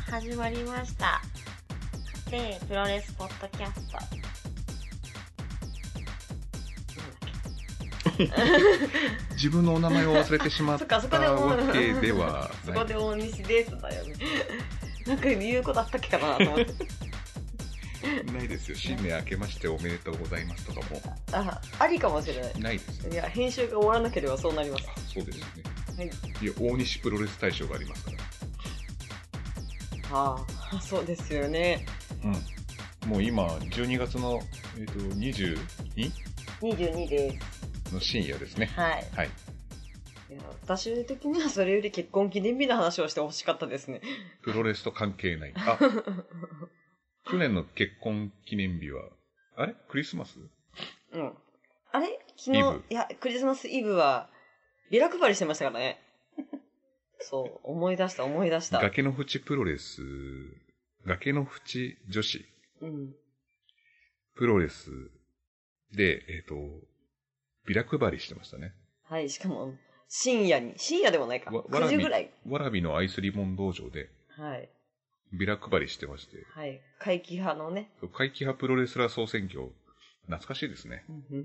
始まりました。で、プロレスポッドキャスト。 自分のお名前を忘れてしまったわけではない。そこで大西ですだよね。なんか言うことあったっけかなと思って。 ないですよ。新年明けましておめでとうございますとかも。 ありかもしれない。 ないですよ。 いや、編集が終わらなければそうなります。 そうですよね。 はい。 いや、大西プロレス大賞がありますから。 そうですよね。 うん。もう今、12月の、22? 22です。 の深夜ですね。 はい。 はい。 いや、私的にはそれより結婚記念日の話をしてほしかったですね。 プロレスと関係ない。去年の結婚記念日は、あれクリスマス？ うん。あれ昨日、いや、クリスマスイブは、ビラ配りしてましたからね。そう、思い出した。 崖の淵プロレス、崖の淵女子、プロレスで、ビラ配りしてましたね。 はい、しかも、深夜でもないか。9時ぐらい。 わらびのアイスリボン道場で、 はい。 ビラ配りしてまして。 はい。怪奇派のね。 怪奇派プロレスラー総選挙、懐かしいですね。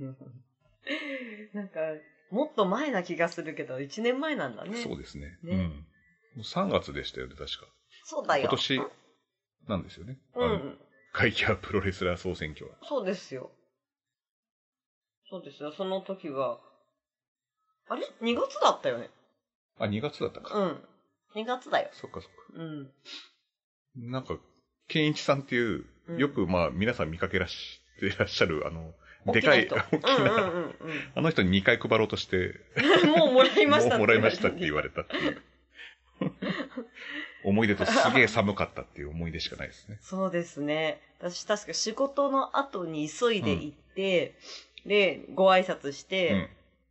なんか、もっと前な気がするけど、1年前なんだね。 そうですね。ね。もう3月でしたよね、確か。 そうだよ。 今年なんですよね。怪奇派プロレスラー総選挙は。 そうですよ。その時は、あれ ?2 月だったよね。 2月だったか。 2月だよ。 そっか。なんか、健一さんっていう、よく皆さん見かけらしてらっしゃる、でかい、大きな、あの人に2回配ろうとして、 もうもらいました。 もうもらいましたって言われたっていう。思い出とすげえ寒かったっていう思い出しかないですね。 そうですね。私確か仕事の後に急いで行って、で、ご挨拶して、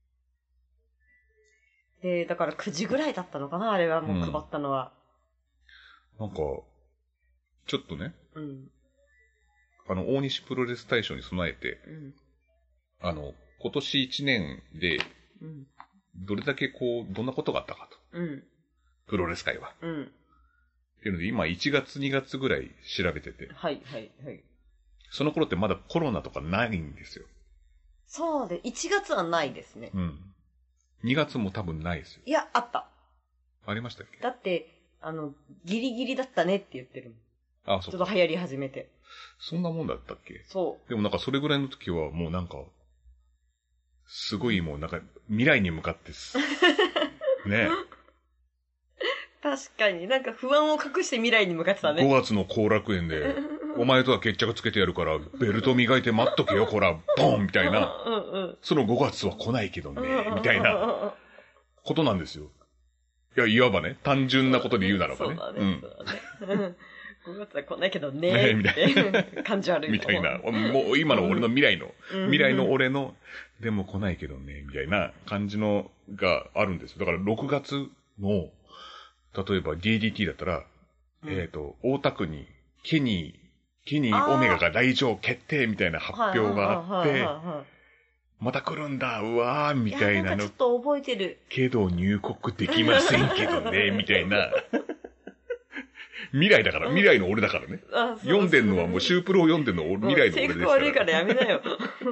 で、だから9時ぐらいだったのかな、あれはもう配ったのは。 なんか、ちょっとね、大西プロレス大賞に備えて、今年1年で、どれだけどんなことがあったかと。プロレス界は。っていうので、今1月2月ぐらい調べてて。 はい。 その頃ってまだコロナとかないんですよ。 そうで、1月はないですね。 2月も多分ないですよ。 いや、あった。 ありましたっけ？ だって、ギリギリだったねって言ってるもん。 そう。 ちょっと流行り始めて。 そんなもんだったっけ？ そう。 でもなんかそれぐらいの時はもうなんか、すごいもうなんか未来に向かってね。 確かになんか不安を隠して未来に向かってたね。 5月の後楽園で、お前とは決着つけてやるから、ベルト磨いて待っとけよ、こら、ボンみたいな。その5月は来ないけどね、みたいなことなんですよ。いや、いわばね、単純なことで言うならばね。 そうだね。5月は来ないけどね、みたいな。感じ悪い。 みたいな。もう今の俺の未来の俺の、でも来ないけどね、みたいな感じのがあるんですよ。だから6月の、例えば DDT だったら、大田区にケニーオメガが来場決定みたいな発表があって、また来るんだ、うわー、みたいなの。 ちょっと覚えてる。 けど入国できませんけどね、みたいな。未来だから、未来の俺だからね。読んでんのはもうシュープロを読んでんのは未来の俺ですから。性格悪いからやめなよ。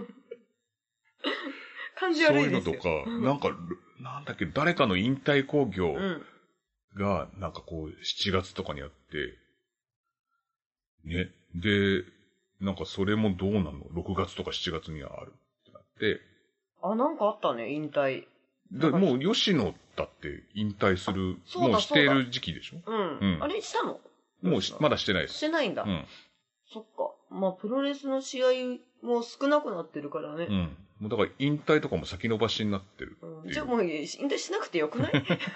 感じ悪いですよ。 そういうのとか、なんだっけ、誰かの引退興行が、なんか7月とかにあって、ね。で、なんかそれもどうなの ?6 月とか7月にはあるってなって。 なんかあったね、引退。 もう吉野だって引退する、もうしている時期でしょ？ あれしたの？ もうまだしてないです。 してないんだ。そっか。プロレスの試合も少なくなってるからね。 もうだから引退とかも先延ばしになってる。 じゃあもう引退しなくてよくない？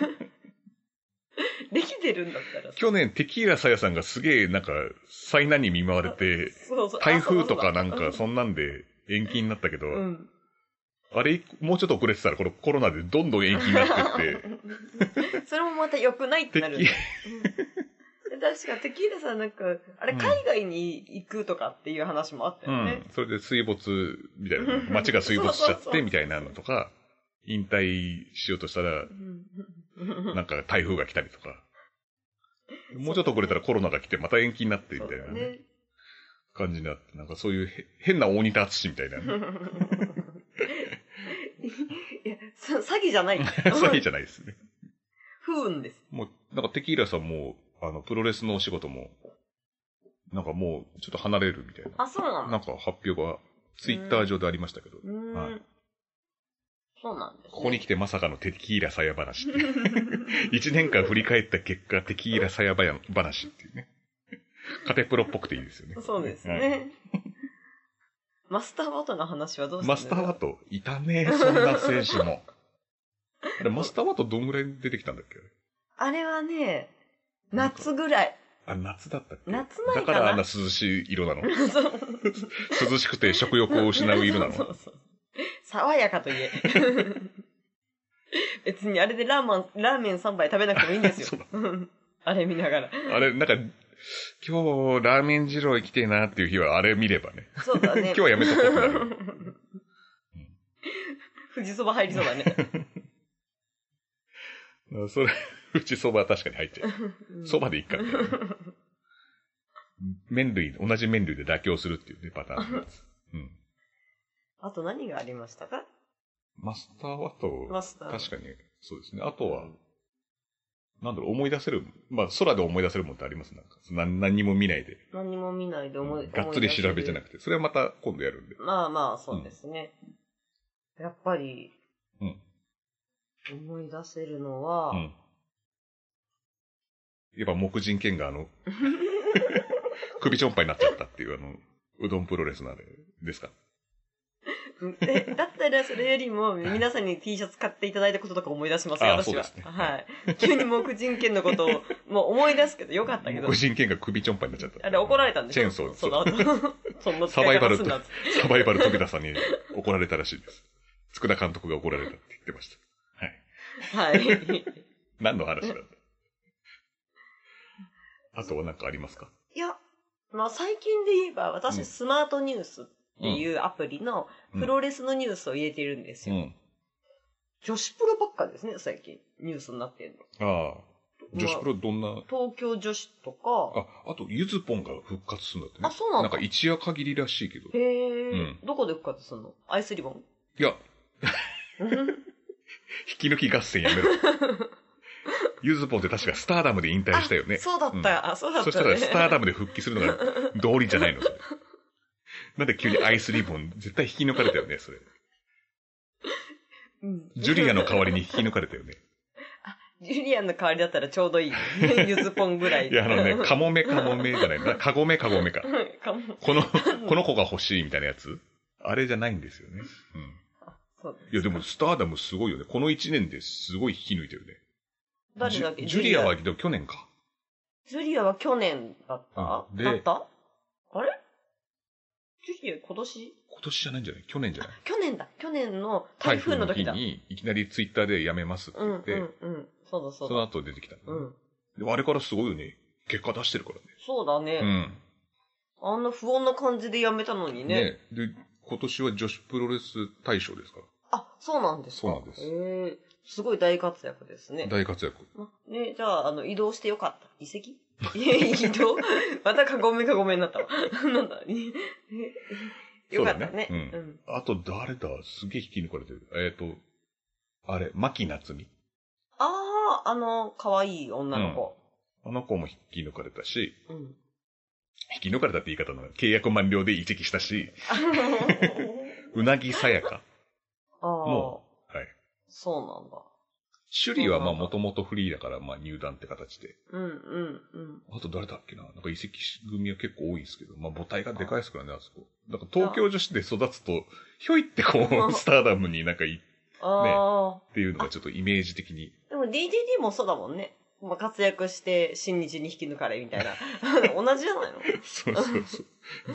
できてるんだったら。 去年テキーラさやさんがすげえなんか災難に見舞われて、台風とかなんかそんなんで延期になったけど、あれ、もうちょっと遅れてたらこのコロナでどんどん延期になってって。 それもまた良くないってなる。確かテキーラさんなんか、あれ海外に行くとかっていう話もあったよね。 それで水没みたいな、街が水没しちゃってみたいなのとか、引退しようとしたら、なんか台風が来たりとか。 もうちょっと遅れたらコロナが来てまた延期になってみたいなね感じになって、なんかそういう変な大仁田敦みたいな、ね。 いや、詐欺じゃない。 詐欺じゃないですね。 不運です。 もう、なんかテキーラさんも、プロレスのお仕事も、なんかもうちょっと離れるみたいな。 あ、そうなの？ なんか発表がツイッター上でありましたけど。はい。 そうなんです、ね。 ここに来てまさかのテキーラさや話っていう。1年間振り返った結果、テキーラさや話っていうね。カテプロっぽくていいですよね。 そうですね。はい、マスターバトの話はどうしたんですか？ マスターバトいたね、そんな選手も。あれ、マスターバトどんぐらい出てきたんだっけ？ あれはね、夏ぐらい。 あ、夏だったっけ？ 夏前かな。 だからあんな涼しい色なの。涼しくて食欲を失う色なの。そうそう。 爽やかといえ。別にあれでラーメン3杯食べなくてもいいんですよ。あれ見ながら。 あれ、なんか、今日ラーメン二郎行きてえなっていう日はあれ見ればね。 そうだね。 今日はやめとこうってなる。 富士そば入りそうだね。 それ、富士そばは確かに入っちゃう。そばでいっかって、ね。同じ麺類で妥協するっていうね、パターンのやつ。うん。 あと何がありましたか？ マスターはと、確かに、そうですね。あとは、なんだろう、思い出せる、まあ、空で思い出せるものってあります？なんか、何にも見ないで。 何にも見ないでがっつり調べじゃなくて、それはまた今度やるんで。 まあまあ、そうですね。やっぱり、思い出せるのは、 やっぱ木人剣が首ちょんぱいになっちゃったっていううどんプロレスのあれですか？ だったらそれよりも皆さんに T シャツ買っていただいたこととか思い出しますよ、私は。ね、はい。急に木人剣のことをもう思い出すけどよかったけど。 木人剣が首ちょんぱいになっちゃった。 あれ怒られたんでしょ？ チェーンソー。 その後。そんなサバイバル富田さんに怒られたらしいです。佃監督が怒られたって言ってました。はい。はい。何の話なんだ？あとは何かありますか？ いや、まあ最近で言えば私スマートニュースっていうアプリのプロレスのニュースを入れているんですよ。女子プロばっかですね、最近ニュースになってるの。ああ。女子プロどんな？ 東京女子とか。 あとゆずぽんが復活するんだってね。 あ、そうなんだ。 なんか一夜限りらしいけど。 へえ。どこで復活するの？アイスリボン？ いや。引き抜き合戦やめろ。ゆずぽんって確かスターダムで引退したよね。 そうだった。そうだった。 そしたらスターダムで復帰するのが道理じゃないの？なんで急にアイスリボン、絶対引き抜かれたよね、それ。ジュリアの代わりに引き抜かれたよね。 ジュリアの代わりだったらちょうどいい。ゆずぽんぐらい。 いや、カモメじゃないな。カゴメか。この子が欲しいみたいなやつ？あれじゃないんですよね。いや、でもスターダムすごいよね。この1年ですごい引き抜いてるね。 誰だっけ？ ジュリアは去年か。 ジュリアは去年だった？だったあれ？ジュリア今年じゃないんじゃない？去年じゃない？ 去年だ。去年の台風の時だ。 台風の日にいきなりツイッターでやめますって言って。 そうだ。 その後出てきた。でもあれからすごいよね。結果出してるからね。 そうだね。あんな不穏な感じでやめたのにね。 で、今年は女子プロレス大賞ですから。 あ、そうなんですか。 そうなんです。 すごい大活躍ですね。 大活躍。 ね、じゃあ、移動してよかった。移籍？移動またごめんになったわ。なんだよかったね。あと誰だ？すげえ引き抜かれてる。あれ、牧夏美。 可愛い女の子。 あの子も引き抜かれたし、引き抜かれたって言い方なの。契約満了で移籍したし、うなぎさやかもう、はい。 そうなんだ。 首里はまあもともとフリーだからまあ入団って形で。あと誰だっけな？なんか移籍組は結構多いんですけど、まあ母体がでかいですからね、あそこ。だから東京女子で育つと、ひょいってこう、スターダムになんかね、っていうのがちょっとイメージ的に。 でも DDD もそうだもんね。まあ、活躍して新日に引き抜かれみたいな。同じじゃないの？ そう。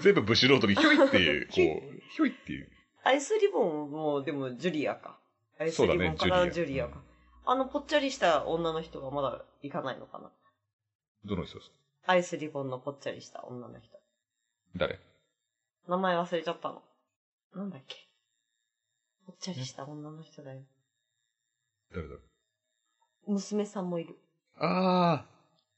全部ブシロードにひょいっていう、こう、ひょいっていう。 アイスリボンもでもジュリアか。アイスリボンからジュリアか。ぽっちゃりした女の人がまだ行かないのかな？ どの人ですか？ アイスリボンのぽっちゃりした女の人。 誰？ 名前忘れちゃったの。なんだっけ？ぽっちゃりした女の人だよ。 誰だ？ 娘さんもいる。 ああ。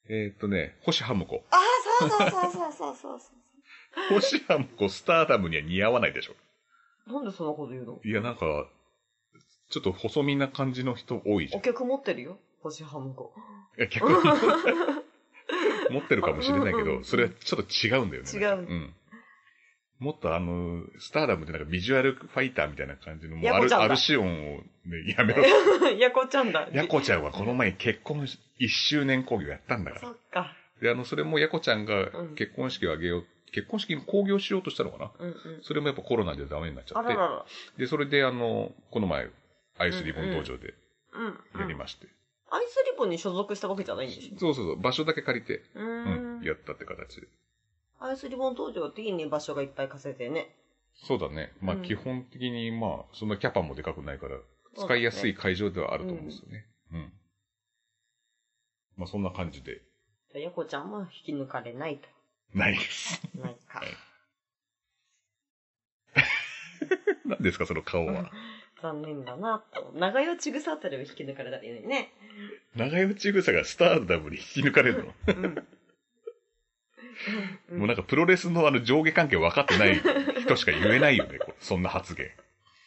星ハムコ。 ああ、そう。 星ハムコ、スターダムには似合わないでしょ。 なんでそんなこと言うの？ いや、なんか、ちょっと細身な感じの人多いじゃん。 お客持ってるよ、星ハムコ。 いや、逆に持ってるかもしれないけど、それはちょっと違うんだよね。 違う。 うん。もっとスターダムってなんかビジュアルファイターみたいな感じの、もうアルシオンをね、やめろ。 ヤコちゃんだ。 ヤコちゃんはこの前結婚1周年興行やったんだから。 そっか。 で、それもヤコちゃんが結婚式を挙げよう、結婚式に興行しようとしたのかな、それもやっぱコロナでダメになっちゃって。 あらら。 で、それでこの前、アイスリボン道場でやりまして。 アイスリボンに所属したわけじゃないんでしょ？ そう。場所だけ借りて、やったって形で。 アイスリボン道場っていいね、場所がいっぱい貸せてね。 そうだね。まあ、基本的に、まあ、そんなキャパもでかくないから、使いやすい会場ではあると思うんですよね。まあ、そんな感じで。 ヤコちゃんも引き抜かれないと。 ないです。 ないか。 何ですか、その顔は。 残念だなと。長与千草あたりを引き抜かれたらいいのにね。 長与千草がスターダムに引き抜かれるの、もうなんかプロレスの上下関係分かってない人しか言えないよね、そんな発言。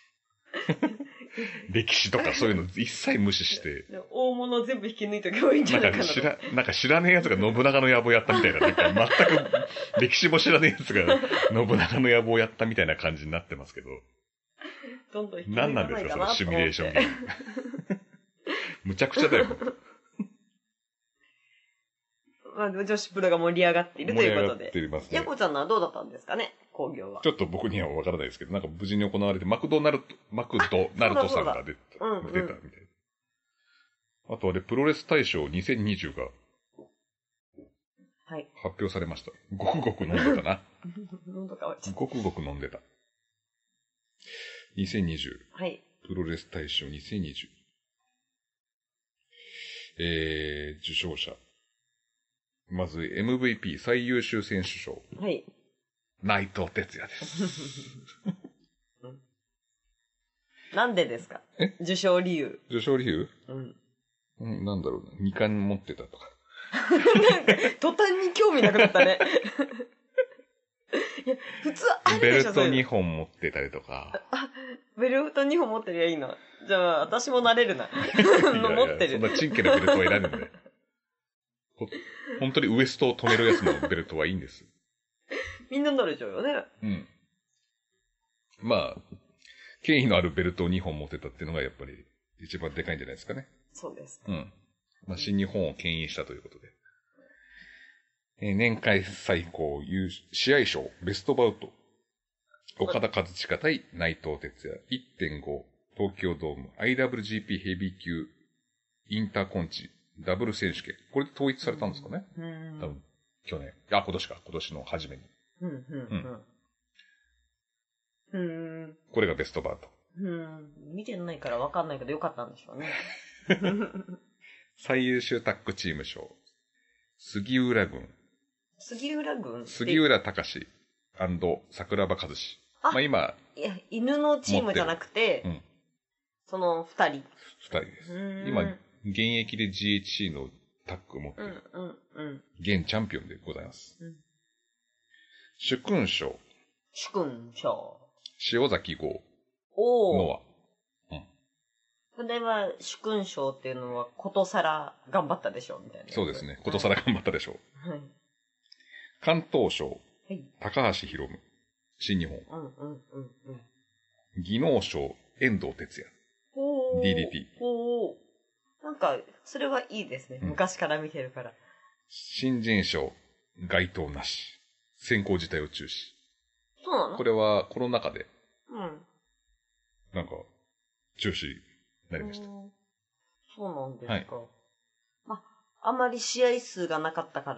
歴史とかそういうの一切無視して。 大物全部引き抜いとけばいいんじゃないかな。 なんか知らねえ奴が信長の野望やったみたいな、なんか全く歴史も知らねえ奴が信長の野望やったみたいな感じになってますけど。 どんどん引き抜何なんですか、そのシミュレーションゲーム。むちゃくちゃだよ。 まあ、女子プロが盛り上がっているということで。 盛り上がっていますね。 ヤコちゃんのはどうだったんですかね、興行は。 ちょっと僕には分からないですけど、なんか無事に行われて、マクドナルドさんが出たみたいな。あとあれ、プロレス大賞2020が、 はい。 発表されました。ごくごく飲んでたな。ごくごく飲んでた。2020。 はい。 プロレス大賞2020。受賞者。まず MVP 最優秀選手賞。 はい。 内藤哲也です。 なんでですか？受賞理由。 受賞理由？なんだろうな。2冠持ってたとか。 なんか、途端に興味なくなったね。いや、普通あるでしょ、 ベルト2本持ってたりとか。 ベルト2本持ってりゃいいの。じゃあ、私もなれるな。持ってる。 そんなチンケなベルトはいらないんだよ。本当にウエストを止めるやつのベルトはいいんです。 みんななるでしょうよね。 まあ、権威のあるベルトを2本持ってたっていうのがやっぱり一番でかいんじゃないですかね。 そうです。 まあ、新日本を牽引したということで。年間最高試合賞ベストバウト。岡田和親対内藤哲也 1.5 東京ドーム IWGP ヘビー級インターコンチダブル選手権。これで統一されたんですかね。多分去年。今年の初めに。これがベストバウト。 見てないから分かんないけどよかったんでしょうね。 最優秀タッグチーム賞。杉浦軍。 杉浦隆桜庭和志。まあ今。 いや、犬のチームじゃなくて、その二人。 二人です。今、現役で GHC のタッグを持っている。現チャンピオンでございます。主勲賞。塩崎豪。ノア。 それは、主勲賞っていうのは、ことさら頑張ったでしょみたいな。 そうですね。ことさら頑張ったでしょう。関東賞。高橋宏夢。新日本。技能賞。遠藤哲也。DDT。 なんか、それはいいですね。昔から見てるから。 新人賞。該当なし。選考自体を中止。 そうなの？ これはコロナ禍で。なんか、中止になりました。 そうなんですか。まあんまり試合数がなかったから、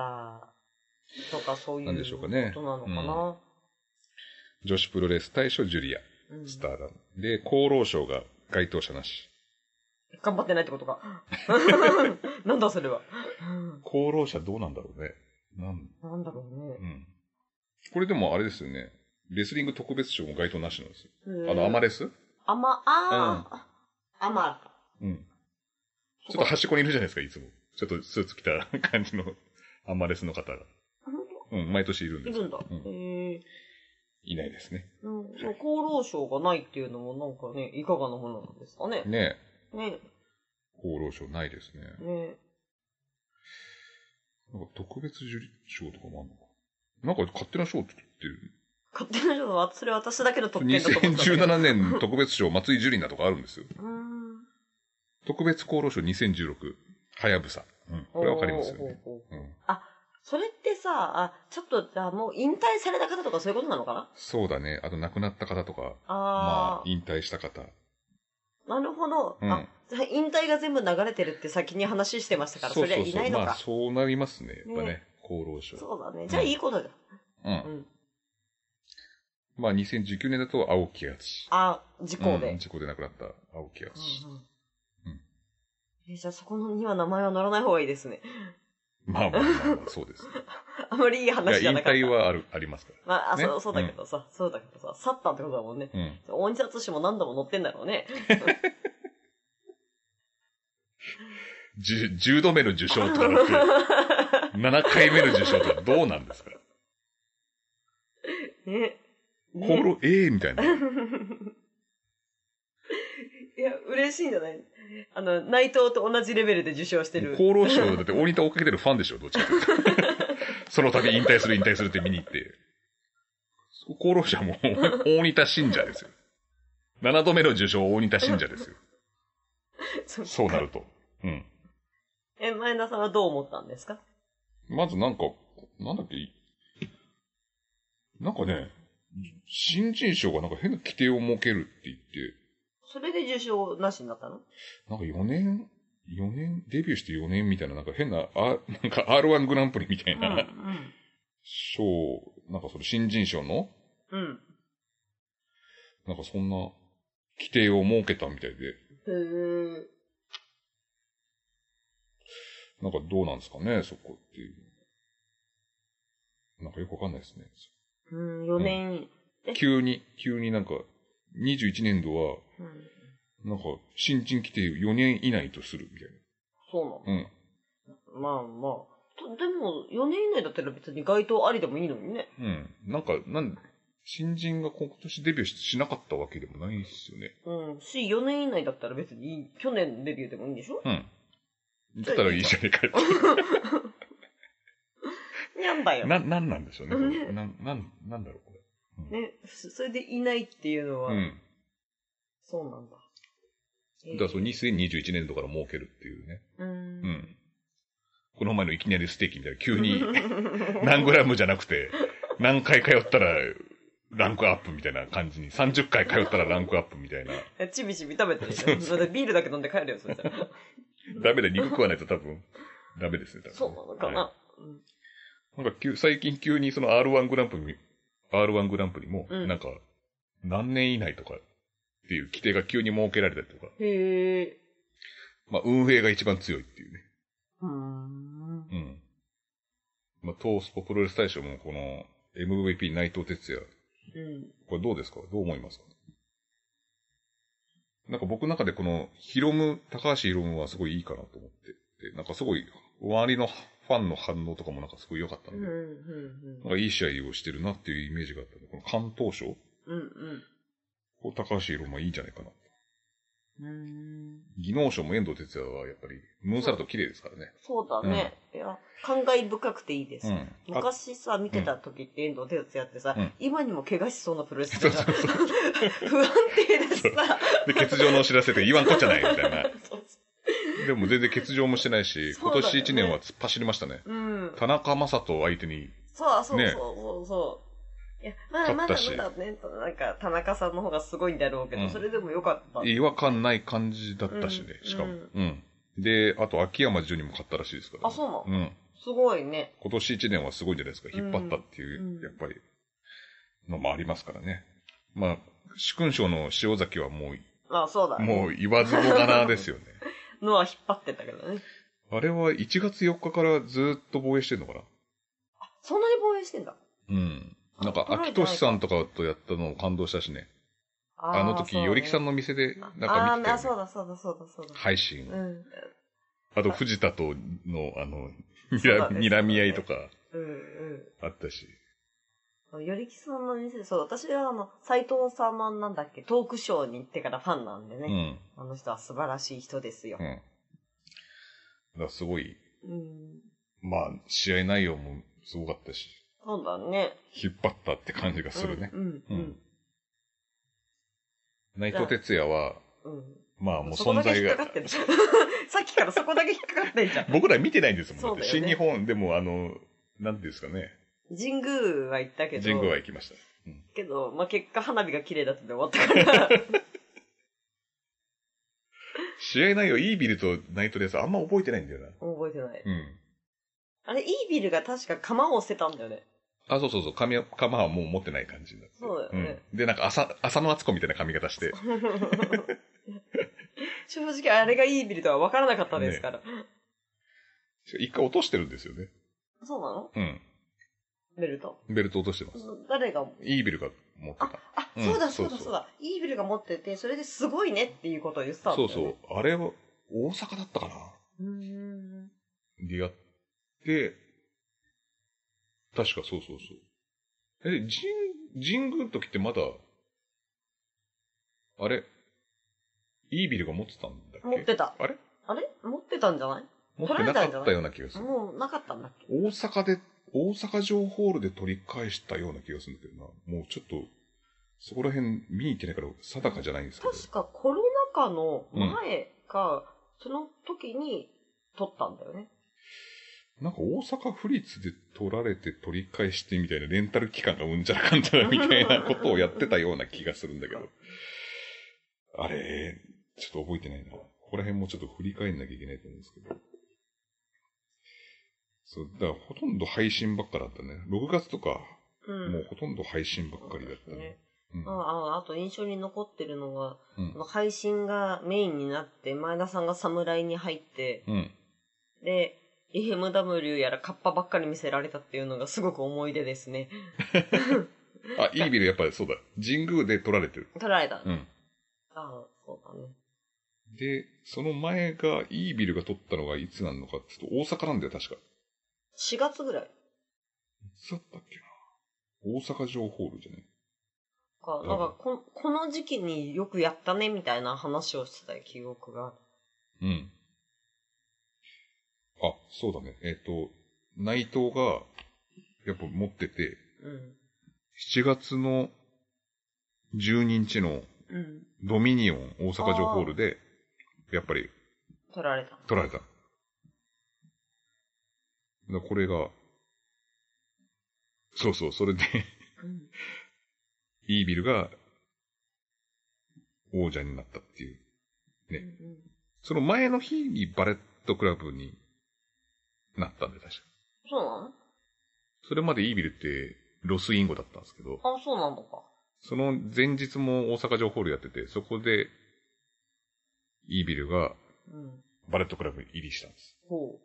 とかそういうことなのかな。 女子プロレス大賞ジュリア、スターダム。で、厚労省が該当者なし。 頑張ってないってことか。なんだそれは。 厚労者どうなんだろうね。 なんだろうね。 これでもあれですよね。レスリング特別賞も該当なしなんですよ。アマレス？ アマ。 ちょっと端っこにいるじゃないですか、いつも。ちょっとスーツ着た感じのアマレスの方が。うん、毎年いるんです。 いるんだ。 いないですね。 厚労省がないっていうのもなんかね、いかがなものなんですかね。 ねえ。ね厚労省ないですね。 ねなんか特別受理賞とかもあるのか。なんか勝手な賞って言ってる。 勝手な賞は、それ私だけの特権だと思ってた。 2017年特別賞松井樹里奈とかあるんですよ。特別厚労省2016、はやぶさ。これわかりますよね。 あ、それってさ、ちょっと、じゃあもう引退された方とかそういうことなのかな？ そうだね。あと亡くなった方とか、まあ、引退した方。 なるほど。じゃあ引退が全部流れてるって先に話してましたから、そりゃいないのか。 まあ、そうなりますね。やっぱね、厚労省。 そうだね。じゃあいいことだ。 まあ、2019年だと青木敦。 事故で。 事故で亡くなった青木敦。 じゃあそこには名前は載らない方がいいですね。 まあ、そうですね。 あまりいい話じゃなかった。 引退はありますから。 まあ、そうだけどさ、去ったってことだもんね。大西敦も何度も載ってんだろうね。 10度目の受賞とかだって、7回目の受賞とかどうなんですか？ ね。 みたいな。 いや、嬉しいんじゃない？内藤と同じレベルで受賞してる。 厚労省だって大仁田追っかけてるファンでしょ、どっちかというと。その度引退するって見に行って。厚労省はもう大仁田信者ですよ。7度目の受賞大仁田信者ですよ。そうなると。 前田さんはどう思ったんですか？ まずなんだっけ、なんかね、新人賞がなんか変な規定を設けるって言って、 それで受賞なしになったの？ なんか4年、デビューして4年みたいな、なんか変な、なんか R1 グランプリみたいな、賞、なんかそれ新人賞の、なんかそんな規定を設けたみたいで。なんかどうなんですかね、そこっていう。なんかよくわかんないですね。 4年。 急になんか、21年度は、なんか、新人規定4年以内とするみたいな。 そうなの？まあまあ。でも、4年以内だったら別に該当ありでもいいのにね。 なんか、新人が今年デビューしなかったわけでもないですよね。 4年以内だったら別に去年デビューでもいいんでしょ？ だったらいいじゃねえかって。 なんだよ。 なんでしょうね。なんだろう、これ。ね、それでいないっていうのは。そうなんだ。 だからそう2021年度から設けるっていうね。この前のいきなりステーキみたいな、急に何グラムじゃなくて、何回通ったらランクアップみたいな感じに、30回通ったらランクアップみたいな。 ちびちび食べてるじゃん。ビールだけ飲んで帰るよ、そしたら。 ダメだ、肉食わないと多分、ダメですね、多分。 そうなのかな。 なんか最近急にその R1 グランプリも、なんか、何年以内とかっていう規定が急に設けられたりとか。まあ、運営が一番強いっていうね。まあ、東スポプロレス大賞もこの MVP 内藤哲也。これどうですか？どう思いますか？なんか僕の中でこの高橋ヒロムはすごいいいかなと思ってて、なんかすごい周りのファンの反応とかもなんかすごい良かったんで、なんかいい試合をしてるなっていうイメージがあったんで、この関東賞、高橋ヒロムはいいんじゃないかな。技能賞も遠藤哲也はやっぱりムーンサルト綺麗ですからね。 そうだね。いや、感慨深くていいです。昔さ、見てた時って遠藤哲也ってさ、今にも怪我しそうなプロレスが不安定でさ。 で、欠場のお知らせで言わんこっちゃないみたいな。でも全然欠場もしてないし、今年1年は突っ走りましたね。田中将人相手に。 そう。いや、まだね、なんか、田中さんの方がすごいんだろうけど、それでもよかった。 違和感ない感じだったしね、しかも。で、あと、秋山樹にも勝ったらしいですから、 ね。そうなの？すごいね。 今年1年はすごいじゃないですか。引っ張ったっていう、やっぱり、のもありますからね。まあ、殊勲賞の塩崎はもう、 そうだね。 もう言わずもがなですよね。 のは引っ張ってたけどね。 あれは1月4日からずっと防衛してんのかな？ そんなに防衛してんだ。 なんか、秋俊さんとかとやったのを感動したしね。あの時、よりきさんの店で、なんか見てたよね。 そうだ。 配信。 あと藤田との睨み合いとか、あったし。 よりきさんの店、そう、私は斎藤さんのなんだっけ、トークショーに行ってからファンなんでね。あの人は素晴らしい人ですよ。 だからすごい、まあ、試合内容もすごかったし。 そうだね。 引っ張ったって感じがするね。内藤哲也は、まあもう存在が。 さっきからそこだけ引っかかってんじゃん。 僕ら見てないんですもん。新日本でもなんていうんですかね。 神宮は行ったけど。 神宮は行きました。 けど、まあ結果花火が綺麗だったんで終わったから。 試合内容、イービルとナイトレースあんま覚えてないんだよな。 覚えてない。あれ、イービルが確か釜を捨てたんだよね。 あ、そうそうそう。釜はもう持ってない感じになって。 そうだよね。 で、なんか浅野敦子みたいな髪型して。 正直あれがイービルとは分からなかったですから。 一回落としてるんですよね。 そうなの？ベルト落としてます。 誰が？ イービルが持ってた。 そうだそうだ。イービルが持ってて、それですごいねっていうことを言ってたんだよね。 そうそう。あれは大阪だったかな。でやって、確かそう。神宮の時ってまだ、あれイービルが持ってたんだっけ？ 持ってた。 あれ持ってたんじゃない？ 持ってなかったような気がする。 もうなかったんだっけ？ 大阪城ホールで取り返したような気がするんだけどな。もうちょっと、そこら辺見に行ってないから定かじゃないんですけど。 確かコロナ禍の前か、その時に取ったんだよね。 なんか大阪府立で取られて取り返してみたいなレンタル期間がうんちゃらかんちゃらみたいなことをやってたような気がするんだけど。あれ、ちょっと覚えてないな。ここら辺もちょっと振り返んなきゃいけないと思うんですけど。そう、だからほとんど配信ばっかだったね。6月とか、もうほとんど配信ばっかりだったね。 あと印象に残ってるのが、配信がメインになって、前田さんが侍に入って、で、EMW やらカッパばっかり見せられたっていうのがすごく思い出ですね。 あ、イービルやっぱりそうだ。神宮で取られてる。 取られた。そうだね。 で、その前が、イービルが取ったのがいつなのかって言うと、大阪なんだよ、確か。 4月ぐらい。いつだったっけな。大阪城ホールじゃないなんかこの時期によくやったね、みたいな話をしてた記憶がある。 あ、そうだね。内藤が、やっぱ持ってて、7月の12日の、ドミニオン大阪城ホールで、やっぱり、 取られた。 これが、そう、それでイービルが王者になったっていう。ね。その前の日にバレットクラブになったんで、確か。 そうなの？ それまでイービルってロスインゴだったんですけど。 あ、そうなのか。 その前日も大阪城ホールやってて、そこでイービルがバレットクラブに入りしたんです。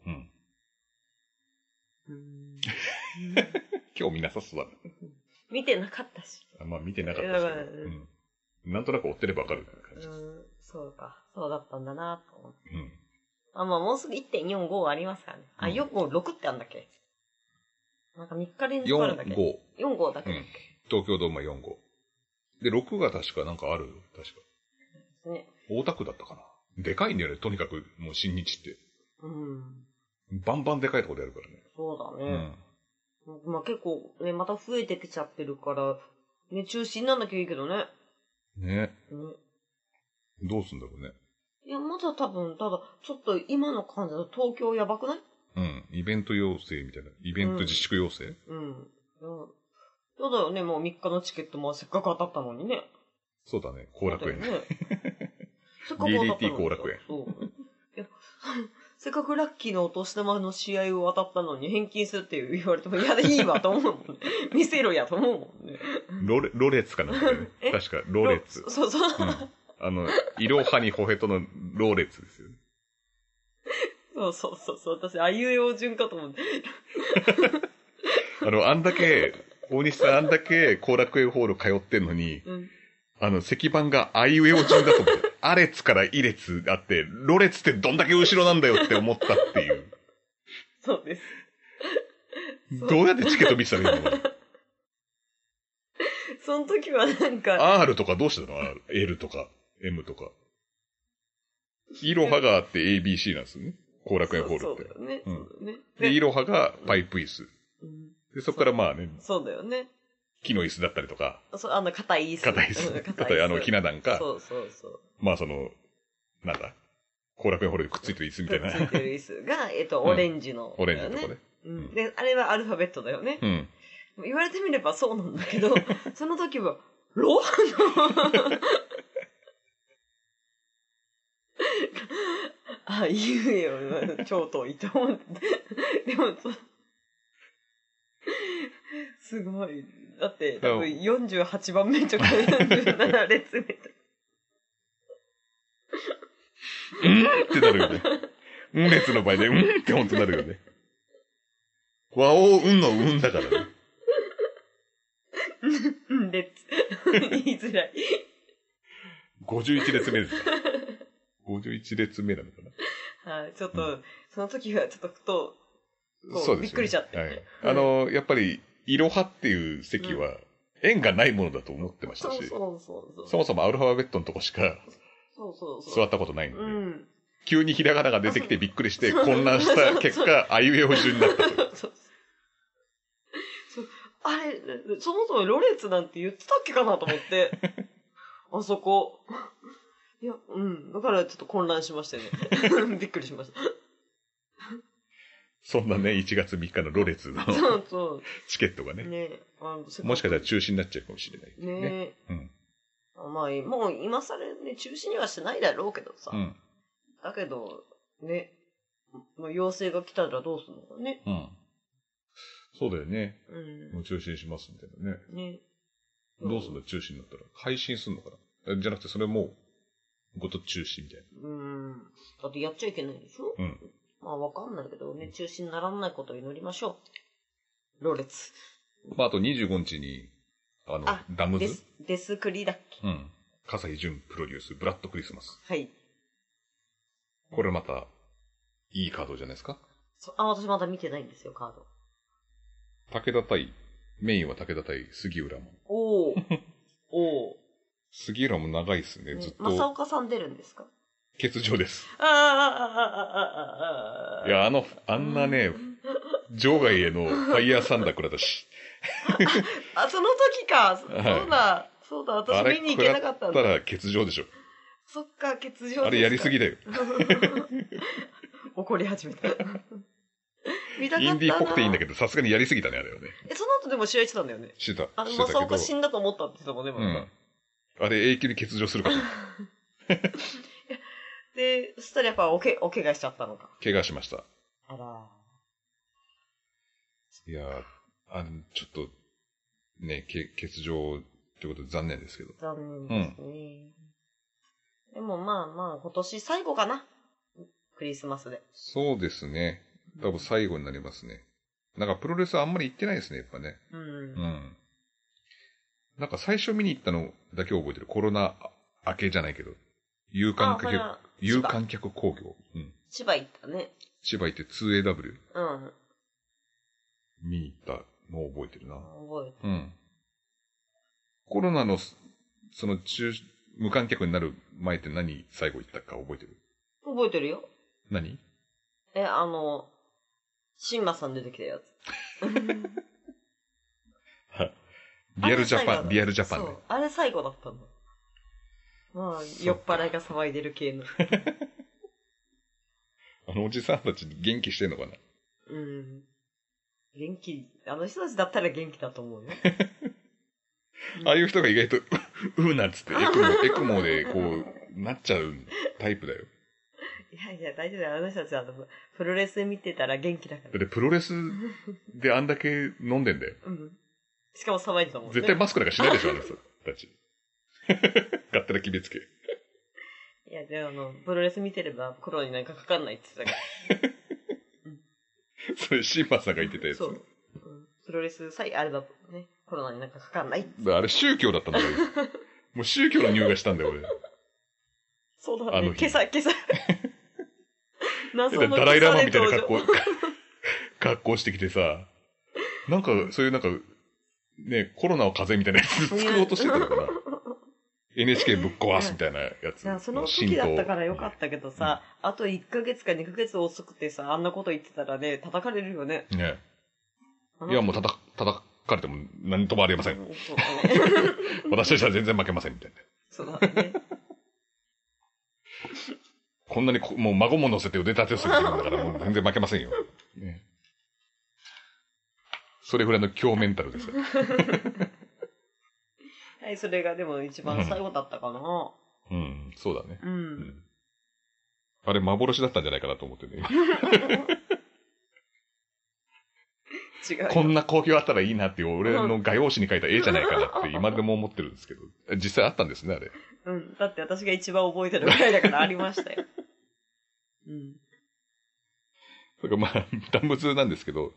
興味なさそうだね。 見てなかったし。 まあ見てなかったし、なんとなく追ってればわかる感じです。 そうか。そうだったんだなと思って。まあもうすぐ 1.45 ありますからね。456ってあるんだっけ？なんか3日連続あるんだっけ？45だけだっけ？ 東京ドームは4号。で、6が確かなんかあるよ。確か。 ね。 大田区だったかな。でかいんだよね、とにかく、もう新日って。バンバンでかいところでやるからね。 そうだね。まあ結構ね、また増えてきちゃってるから、ね、中止になんなきゃいいけどね。 ね。どうすんだろうね。 いや、まだ多分、ただ、ちょっと今の感じだと東京やばくない？ イベント要請みたいな。イベント自粛要請？ そうだよね、もう3日のチケットもせっかく当たったのにね。 そうだね、後楽園。 ね、せっかく当たったのに。 DDT 後楽園。 いや、せっかくラッキーのお年玉の試合を当たったのに返金するって言われても、いやでいいわと思うもんね。見せろやと思うもんね。 ロレツかなんかね。確か、ロレツ。 そう。 イロハニホヘトのロレツですよね。 そう。私、あいうえお順かと思って。 あんだけ、大西さんあんだけ後楽園ホール通ってんのに、石板があいうえお順だと思って。 ア列からイ列あって、ロ列ってどんだけ後ろなんだよって思ったっていう。 そうです。 どうやってチケット見てたらいいの？ その時はなんか。 R とかどうしてたの？ L とか M とか。イロハがあって ABC なんですよね。後楽園ホールって。 そうだよね。そうだよね。 で、イロハがパイプ椅子。で、そこからまあね。 そうだよね。 木の椅子だったりとか。 硬い椅子。 硬い椅子。硬いひな壇か。 そうそうそう。 まあなんだ。後楽園ホールでくっついてる椅子みたいな。 くっついてる椅子が、オレンジの、 オレンジのとこね。 で、あれはアルファベットだよね。言われてみればそうなんだけど、その時は、ロあ、言えよ、超遠いと思って。でも、すごい。だって、多分48番目とか47列目とか。 ってなるよね。列の場合で、って本当なるよね。和をのだからね。 列。言いづらい。 51列目ですか。51列目なのかな。はい、ちょっと、その時はちょっとふと、 そうですね。 びっくりしちゃって。 はい。やっぱり、イロハっていう席は、縁がないものだと思ってましたし、そもそもアルファベットのとこしか、座ったことないので、急にひらがなが出てきてびっくりして混乱した結果、あいうえお順になったと。 あれ、そもそもロレツなんて言ってたっけかなと思って、あそこ。いや、だからちょっと混乱しましたね。びっくりしました。 そんなね、1月3日のロレツのチケットがね、もしかしたら中止になっちゃうかもしれないね。 まあ、もう今更ね、中止にはしないだろうけどさ。だけど、ね、もう要請が来たらどうするのかね。 そうだよね。もう中止にしますみたいなね。どうするの中止になったら。配信するのかな？じゃなくてそれもごと中止みたいな。 だってやっちゃいけないでしょ？まあわかんないけどね、中止にならないことを祈りましょう。ロレツ。 まああと25日に、ダムズデスクリだっけ？ 笠井淳プロデュース、ブラッドクリスマス。 はい。 これまた、いいカードじゃないですか？ 私まだ見てないんですよ、カード。 メインは武田対杉浦も。 おー。 杉浦も長いっすね、ずっと。 正岡さん出るんですか？ 欠場です。いや、あんなね、場外へのファイヤーサンダー食らったし。 その時か。そうだ、私見に行けなかったんだ。 だったら欠場でしょ。 そっか、欠場ですか。 あれやりすぎだよ。 怒り始めた。 インディーっぽくていいんだけど、さすがにやりすぎたね、あれはね。 その後でも試合してたんだよね。 してた。 正岡死んだと思ったって言ってたもんね、 あれ永久に欠場するから。 で、そしたらやっぱお怪我しちゃったのか。 怪我しました。 あら。 いやちょっと、ね、欠場ってことで残念ですけど。 残念ですね。でもまあ、今年最後かな。クリスマスで。 そうですね。多分最後になりますね。なんかプロレスあんまり行ってないですね、やっぱね。なんか最初見に行ったのだけ覚えてる。コロナ明けじゃないけど。有観客興行。 千葉行ったね。 千葉行って 2AW。見に行ったのを覚えてるな。 覚えてる。 コロナの、無観客になる前って何最後行ったか覚えてる？ 覚えてるよ。 何？ シンマさん出てきたやつ。 リアルジャパンね。 あれ最後だったんだ。まあ、酔っ払いが騒いでる系の。 おじさんたち元気してんのかな？ 元気、あの人たちだったら元気だと思うよ。 ああいう人が意外と、なんつって、エクモでこう、なっちゃうタイプだよ。 いや、大丈夫だよ。あの人たちはプロレス見てたら元気だから。 だってプロレスであんだけ飲んでんだよ。 しかも騒いでたもんね。 絶対マスクなんかしないでしょ、あの人たち。勝手な決めつけ。 いや、でもプロレス見てればコロナになんかかかんないって言ってたから。 それ、シンマさんが言ってたやつ。 そう。プロレスあれだとね、コロナになんかかかんないって。 あれ宗教だったんだから。もう宗教の匂いがしたんだよ、俺。 そうだね。 日。 今朝。謎のダライラマみたいな格好してきてさ、なんか、そういうなんか、ね、コロナを風邪みたいなやつ作ろうとしてたのかな。NHK ぶっ壊すみたいなやつ。 いや、その時だったからよかったけどさ、あと1ヶ月か2ヶ月遅くてさ、あんなこと言ってたらね、叩かれるよね。 ね。いや、もう叩かれても何ともありません。 そうだね。 私たちは全然負けません、みたいな。 そうだね。 こんなにもう孫も乗せて腕立てをするって言うんだから、もう全然負けませんよ。ね、それぐらいの強メンタルですよ。 はい、それがでも一番最後だったかな。 うん、そうだね。 うん。 あれ、幻だったんじゃないかなと思ってね。 違う。 こんな光景あったらいいなっていう、俺の画用紙に描いた絵じゃないかなって今でも思ってるんですけど。実際あったんですね、あれ。 うん。だって私が一番覚えてるぐらいだからありましたよ。うん。 それからまあ、断物なんですけど、 はい、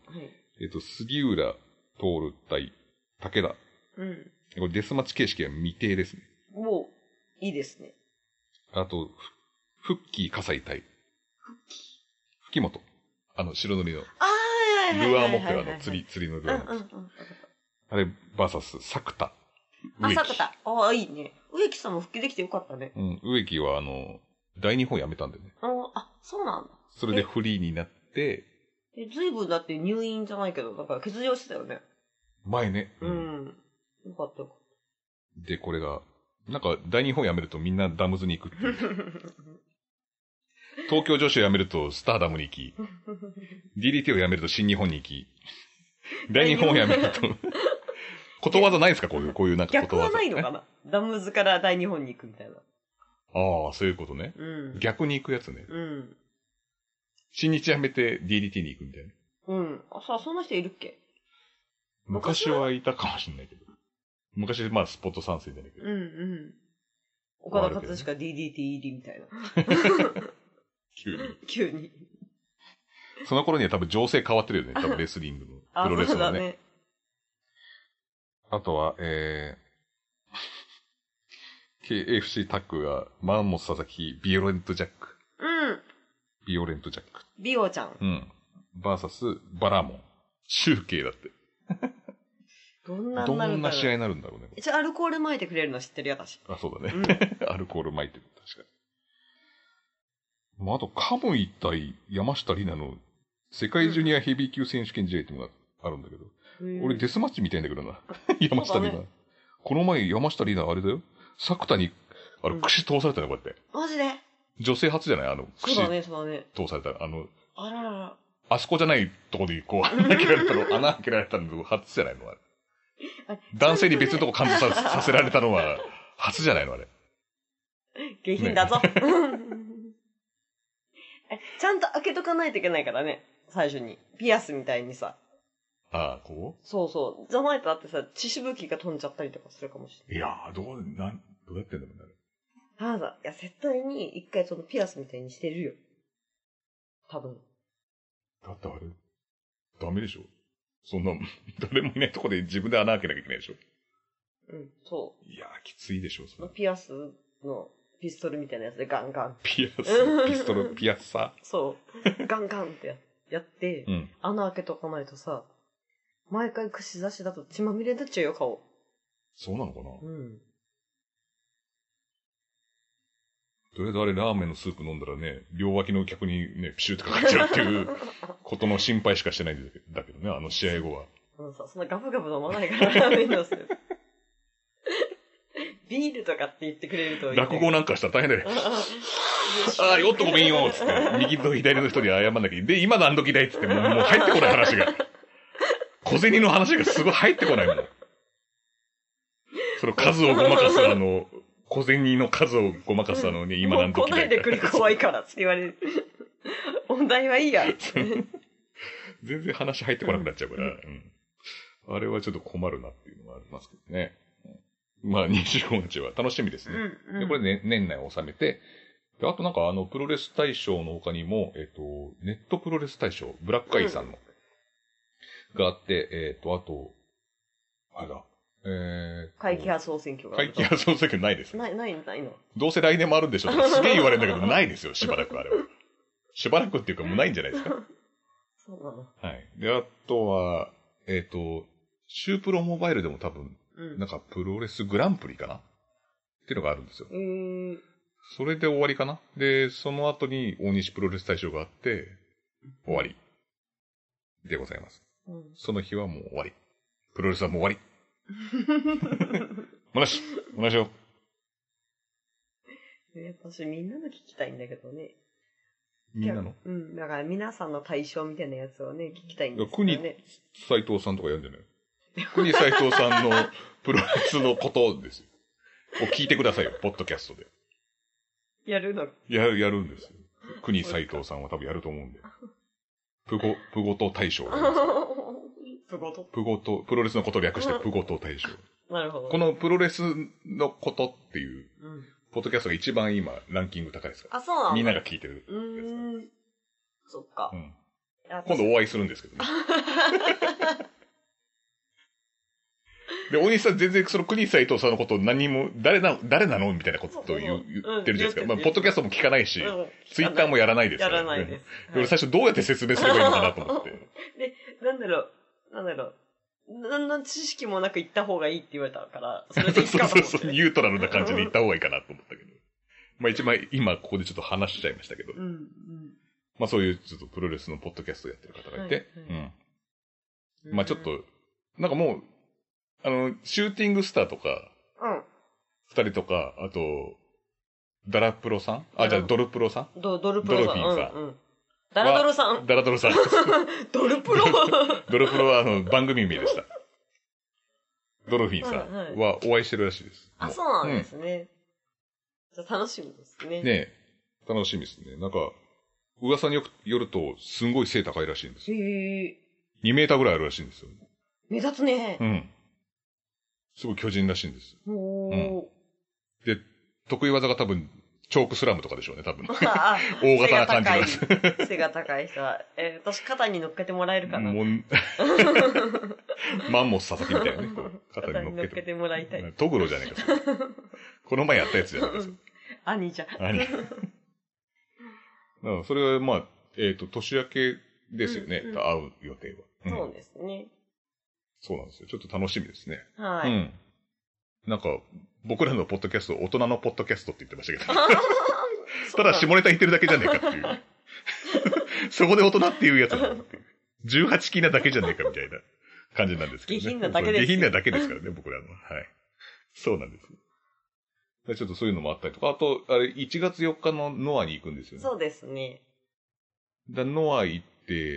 杉浦徹対武田。 うん。 これデスマッチ形式は未定ですね。 もう、いいですね。 あと、フッキー葛西対。吹本。白塗りの。ルアー持ってる釣りのルアー。あれ、バーサス、作田。 作田。ああ、いいね。植木さんも復帰できてよかったね。 うん、植木は大日本辞めたんでね。 あ、そうなんだ。 それでフリーになって、 ずいぶんだって入院じゃないけど、だから欠場してたよね。 前ね。 うん。よかったよかった。 で、これが、なんか大日本辞めるとみんなダムズに行くっていう。東京女子を辞めるとスターダムに行き、DDT を辞めると新日本に行き、大日本を辞めると、ことわざないですかこういうなんかことわざ。 逆はないのかなダムズから大日本に行くみたいな。 ああ、そういうことね。 うん。 逆に行くやつね。 うん。 新日辞めて DDT に行くみたいな。 うん。そんな人いるっけ昔はいたかもしれないけど。昔、まあ、スポット参戦じゃないけど。 うんうん。岡田勝親 DDT 入りみたいな。急に。 その頃には多分情勢変わってるよね。多分レスリングの。プロレスのね。あとは、KFC タッグが、マンモス佐々木、ビオレントジャック。 うん。 ビオレントジャック。 ビオちゃん。 うん。バーサス、バラモン。中継だって。 どんな試合になるんだろうね。 一応アルコール撒いてくれるの知ってるよ、私。 あ、そうだね。うん、アルコール撒いてる。確かに。まあ、あと、カムイ対山下里奈の世界ジュニアヘビー級選手権試合っていうのがあるんだけど。俺デスマッチみたいんだけどな。山下里奈。この前山下里奈あれだよ。作田に、串通されたの、こうやって。 マジで女性初じゃない串。 そうだね。 通された。 あららら。 あそこじゃないとこでこう、穴開けられたの初じゃないのあれ。男性に別のとこ感動させられたのは初じゃないのあれ。 下品だぞ。ちゃんと開けとかないといけないからね。最初に。ピアスみたいにさ。 ああ、こうそうそう。じゃないとだってさ、血しぶきが飛んじゃったりとかするかもしれない。 いやー、どうやってんだろうね。 いや、絶対に一回そのピアスみたいにしてるよ。多分。 だってあれ、ダメでしょそんな、誰もいないとこで自分で穴開けなきゃいけないでしょうん、そう。 いやー、きついでしょ、それ。 ピアスのピストルみたいなやつでガンガン。 ピアス、ピストル、ピアッサーそう。ガンガンってやって、うん、穴開けとかないとさ、毎回串刺しだと血まみれになっちゃうよ、顔。 そうなのかなうん。 とりあえずあれラーメンのスープ飲んだらね、両脇の客にね、ピシューってかかっちゃうっていうことの心配しかしてないんだけどね、試合後は。 そんなガブガブ飲まないからラーメンのスープ。ビールとかって言ってくれるといい、ね。 落語なんかしたら大変だよ。ああ、よっとごめんよ、つって。右と左の人に謝んなきゃいい。で、今何時だいっつってもう入ってこない話が。小銭の話がすごい入ってこないもん。その数をごまかす小銭の数をごまかす今何時だい。 来ないでくれ怖いからって言われる。問題はいいや。 全然話入ってこなくなっちゃうから、うん。あれはちょっと困るなっていうのがありますけどね。まあ、25日は楽しみですね。 うんうん、 でこれね、年内収めて、であとなんかプロレス大賞の他にも、ネットプロレス大賞、ブラックアイさんの、があって、あと、あれだ、 会期派総選挙があると。 会期派総選挙ないです。 ないの。 どうせ来年もあるんでしょってすげえ言われるんだけど、ないですよ、しばらくあれは。しばらくっていうかもうないんじゃないですか。 そうなの。 はい。で、あとは、シュープロモバイルでも多分、なんかプロレスグランプリかなっていうのがあるんですよ。それで終わりかな。で、その後に大西プロレス大賞があって、終わり。でございます。その日はもう終わり。プロレスはもう終わり。もなしよ。 私みんなの聞きたいんだけどね。 みんなの？ だから皆さんの対象みたいなやつをね、聞きたいんですよね。 国斉藤さんとかやるんじゃない？国斉藤さんのプロレスのことですよ。を聞いてくださいよ、ポッドキャストで。 やるの？ やるんですよ。国斉藤さんは多分やると思うんで。プゴト大賞。プロレスのことを略してプゴト大賞。 なるほど。 このプロレスのことっていう、ポッドキャストが一番今、ランキング高いですから。 あ、そうなんだ。 みんなが聞いてるやつ。そっか。 今度お会いするんですけどね。で、大西さん全然その国斉藤さんのことを何も、誰なのみたいなことを言ってるじゃないですか。まあ、ポッドキャストも聞かないし、ツイッターもやらないですから。 やらないです。 俺最初どうやって説明すればいいのかなと思って。 で、なんだろう。何の知識もなく言った方がいいって言われたから、それでいいかと思って。 そう、ニュートラルな感じで言った方がいいかなと思ったけど。まあ一番今ここでちょっと話しちゃいましたけど。まあそういうちょっとプロレスのポッドキャストをやってる方がいて。まあちょっと、なんかもう、シューティングスターとか、二人とか、あと、ダラプロさん？じゃあドルプロさん？ ドルプロさん。 ドルフィンさん。 ダラドロさん。 ダラドロさん。 ドルプロドルプロは番組名でした。ドルフィンさんはお会いしてるらしいです。 あ、そうなんですね。じゃあ楽しみですね。 ねえ、楽しみですね。なんか、噂によると、すんごい背高いらしいんですよ。2メーターぐらいあるらしいんですよ。 目立つね。 すごい巨人らしいんです。で、得意技が多分、チョークスラムとかでしょうね、多分。大型な感じです。 背が高い人は。私、肩に乗っけてもらえるかな。 マンモス佐々木みたいなね。 肩に乗っけてもらいたい。 トグロじゃねえか、それ。この前やったやつじゃないですか。 兄じゃん。 兄。それは、まあ、年明けですよね、会う予定は。 そうですね。 そうなんですよ。ちょっと楽しみですね。 はい。 なんか、僕らのポッドキャスト、大人のポッドキャストって言ってましたけど。ただ下ネタ言ってるだけじゃねえかっていう。そこで大人っていうやつだっていう。18禁なだけじゃねえかみたいな感じなんですけどね。 下品なだけです。 下品なだけですからね、僕らの。はい。そうなんです。ちょっとそういうのもあったりとか、あと、あれ、1月4日のノアに行くんですよね。 そうですね。 ノア行って、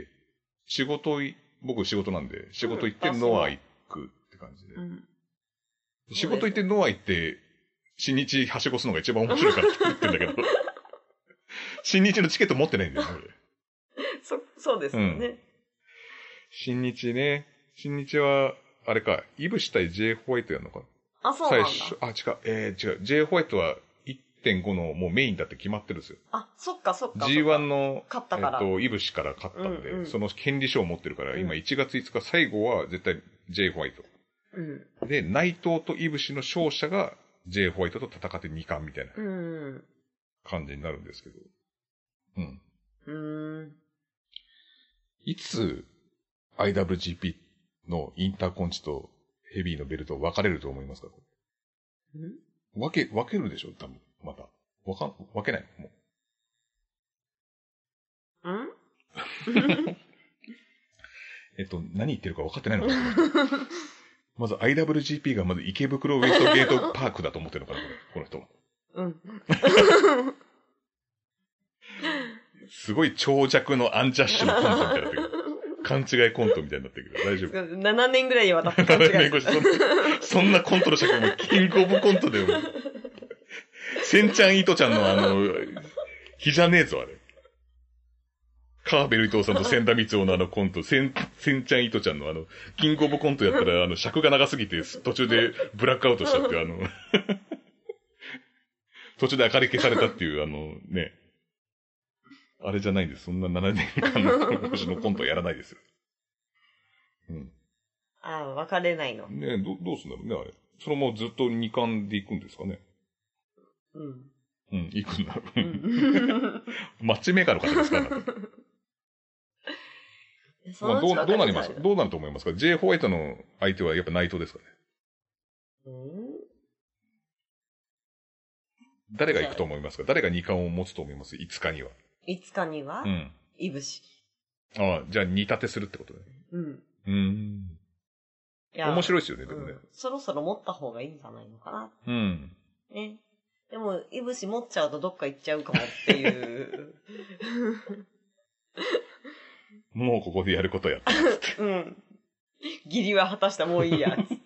僕仕事なんで、仕事行ってノア行くって感じで。仕事行ってノア行って、新日はしごすのが一番面白いからって言ってんだけど、新日のチケット持ってないんだよね、 そうですよね。 新日ね。新日は、あれか、イブシ対 J ホワイトやるのか。 あ、そうなんだ。 違う。J ホワイトは 1.5 のもうメインだって決まってるんですよ。 あ、そっか。 G1 の、 勝ったから。 イブシから勝ったんで、その権利書を持ってるから、今1月5日最後は絶対 J ホワイト。で、内藤とイブシの勝者が J ホワイトと戦って2冠みたいな感じになるんですけど。いつ IWGP のインターコンチとヘビーのベルト分かれると思いますか？分けるでしょ多分、また。分けないもう。何言ってるか分かってないのかなまず IWGP がまず池袋ウエストゲートパークだと思ってるのかなこの人は。すごい長尺のアンジャッシュのコントみたいになってる。勘違いコントみたいになってるけど、大丈夫。 7年ぐらいにわたって勘違い。7年越し、 そんなコントの尺もキングオブコントで。センちゃんイトちゃんの日じゃねえぞ、あれ。カーベル伊藤さんと千田光夫のコント、センちゃんイトちゃんのキングオブコントやったら尺が長すぎて途中でブラックアウトしたっていう途中で明かり消されたっていうね。あれじゃないんです。そんな7年間の星のコントはやらないですよ。 分かれないの。 ねどうすんだろうね、あれ。 それもずっと2冠で行くんですかね。 うん。 うん、行くんだ。マッチメーカーの方ですかまあ、どうなりますか？どうなると思いますか？ J ホワイトの相手はやっぱ内藤ですかね。誰が行くと思いますか？誰が2冠を持つと思います？ 5 日には。 5日には、うん。いぶし。 ああ、じゃあ2立てするってことね。うん。面白いですよね、でもね、 そろそろ持った方がいいんじゃないのかな。うん。ね。でも、いぶし持っちゃうとどっか行っちゃうかもっていう。 もうここでやることやったっつって。うん。 義理は果たしたもういいや、つって。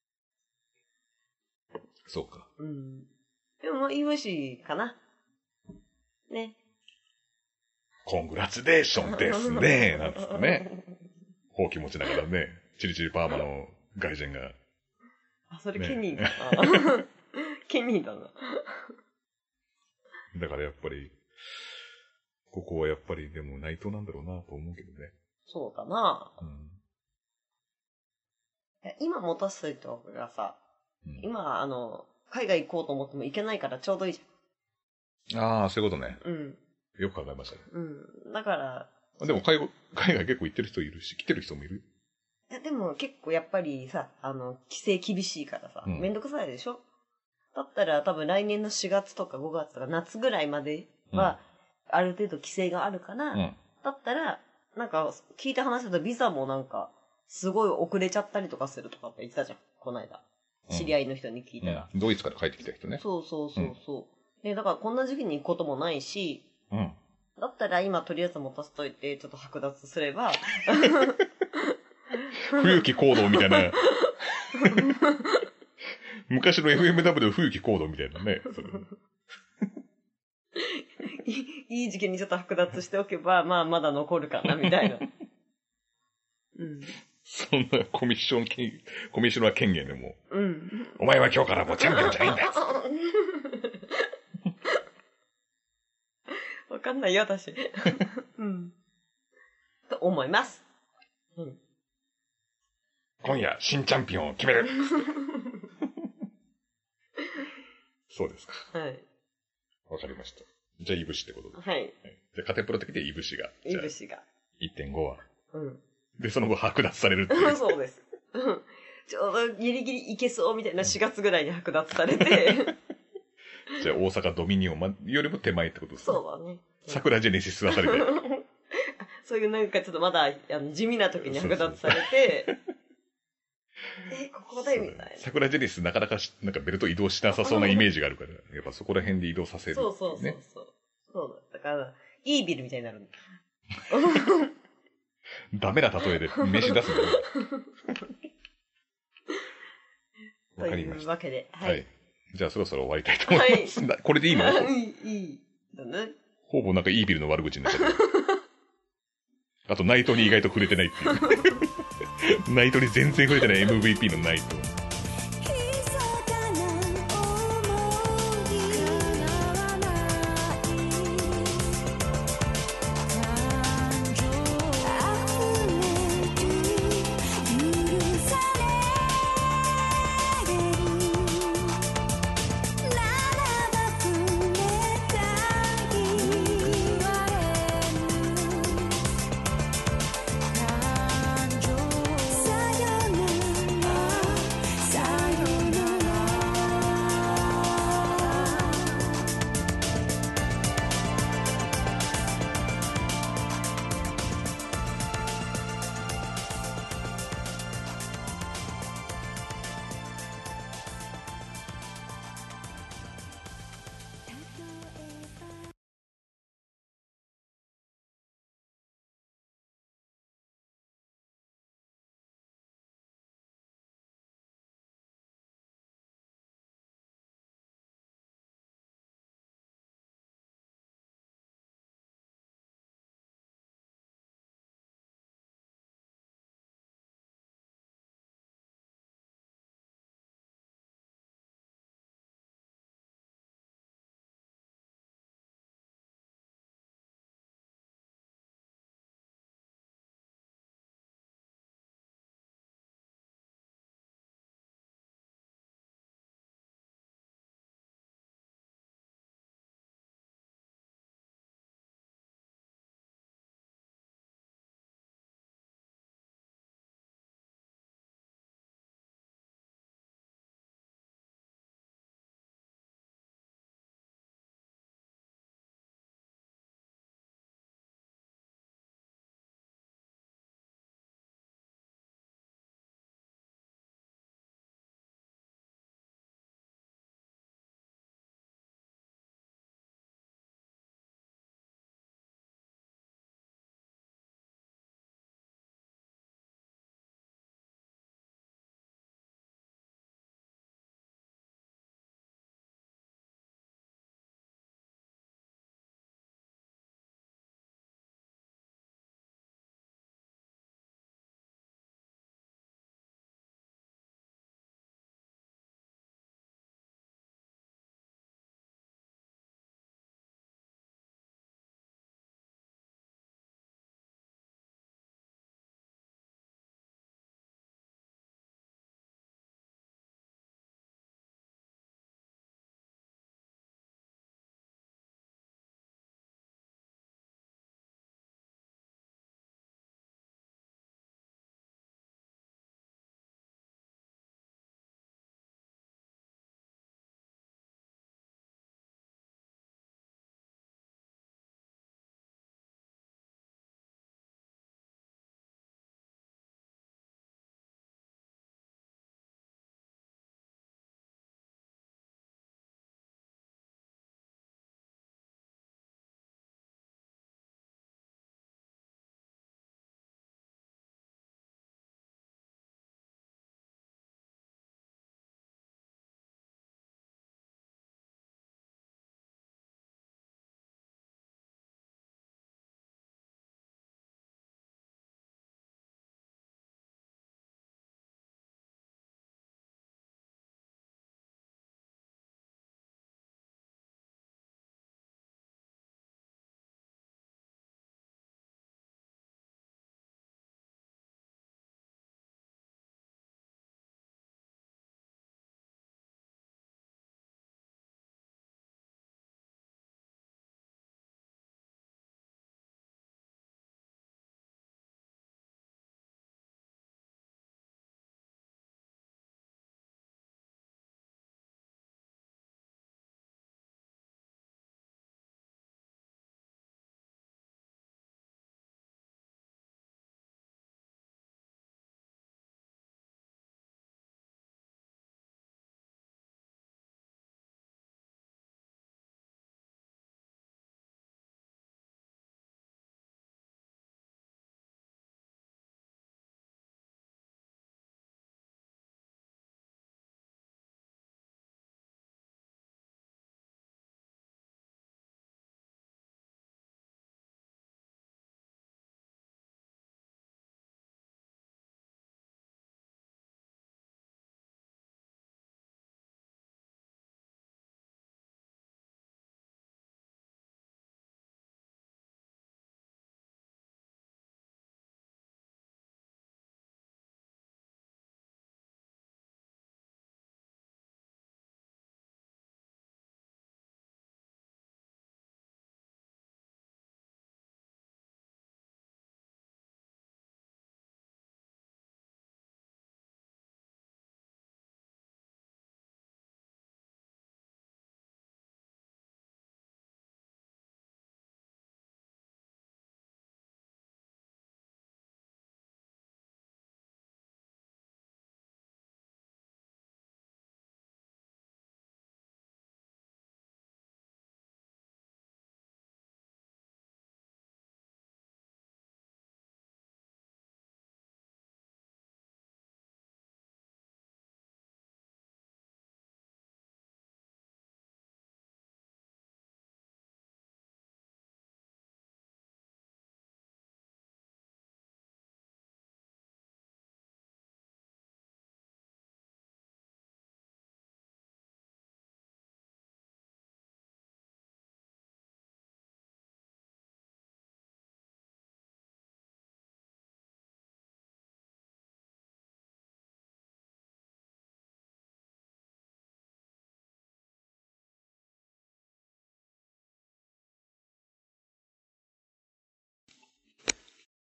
そうか。うん。 でも、いぶしかな。ね。 コングラチュレーションですね。なんつってね。ほうき持ちながらね、チリチリパーマの外人が。 あ、それケニーだな。ケニーだな。 だからやっぱり、ここはやっぱりでも内藤なんだろうなと思うけどね。 そうだな。うん、今持たせといた方がさ、うん、今海外行こうと思っても行けないからちょうどいいじゃん。ああ、そういうことね。うん。よく考えましたね。 うん。だから。 でも海外結構行ってる人いるし、来てる人もいる。 いや、でも結構やっぱりさ、規制厳しいからさ、めんどくさいでしょ？だったら多分来年の4月とか5月とか夏ぐらいまでは、ある程度規制があるから、だったら、なんか聞いた話だとビザもなんか、すごい遅れちゃったりとかするとかって言ってたじゃん、この間。知り合いの人に聞いたら。 ドイツから帰ってきた人ね。 そう。で、だからこんな時期に行くこともないし、だったら今とりあえず持たせといて、ちょっと剥奪すれば。 冬季行動みたいな。昔の FMW の冬季行動みたいなね。 いい時期にちょっと剥奪しておけば、まあまだ残るかな、みたいな。 うん。そんなコミッショナー権限でも、うん。お前は今日からもうチャンピオンじゃないんだ。 わかんないよ、私。うん。と思います。うん。 今夜、新チャンピオンを決める。そうですか。はい。わかりました。じゃあ、いぶしってことで。はい。じゃあ、カテプロ的でいぶしが。 いぶしが。 1.5 は。うん。で、その後剥奪されるっていう。 そうです。ちょうどギリギリいけそうみたいな4月ぐらいに剥奪されて。 じゃあ、大阪ドミニオンよりも手前ってことですね。 そうだね。 桜ジェネシスあたりで。 そういうなんかちょっとまだ地味な時に剥奪されて。ここでみたいな。 桜ジェネシスなかなかなんかベルト移動しなさそうなイメージがあるから、やっぱそこら辺で移動させる、ね。 そう。そうだ。だから、いいビルみたいになるんだ。 ダメな例えで飯出すんだよ。わかりました。というわけで、はい。 じゃあそろそろ終わりたいと思います。はい、これでいいの？ いい。だね。 ほぼなんかいいビルの悪口になっちゃった。あと、ナイトに意外と触れてないっていう。ナイトに全然触れてない MVP のナイト。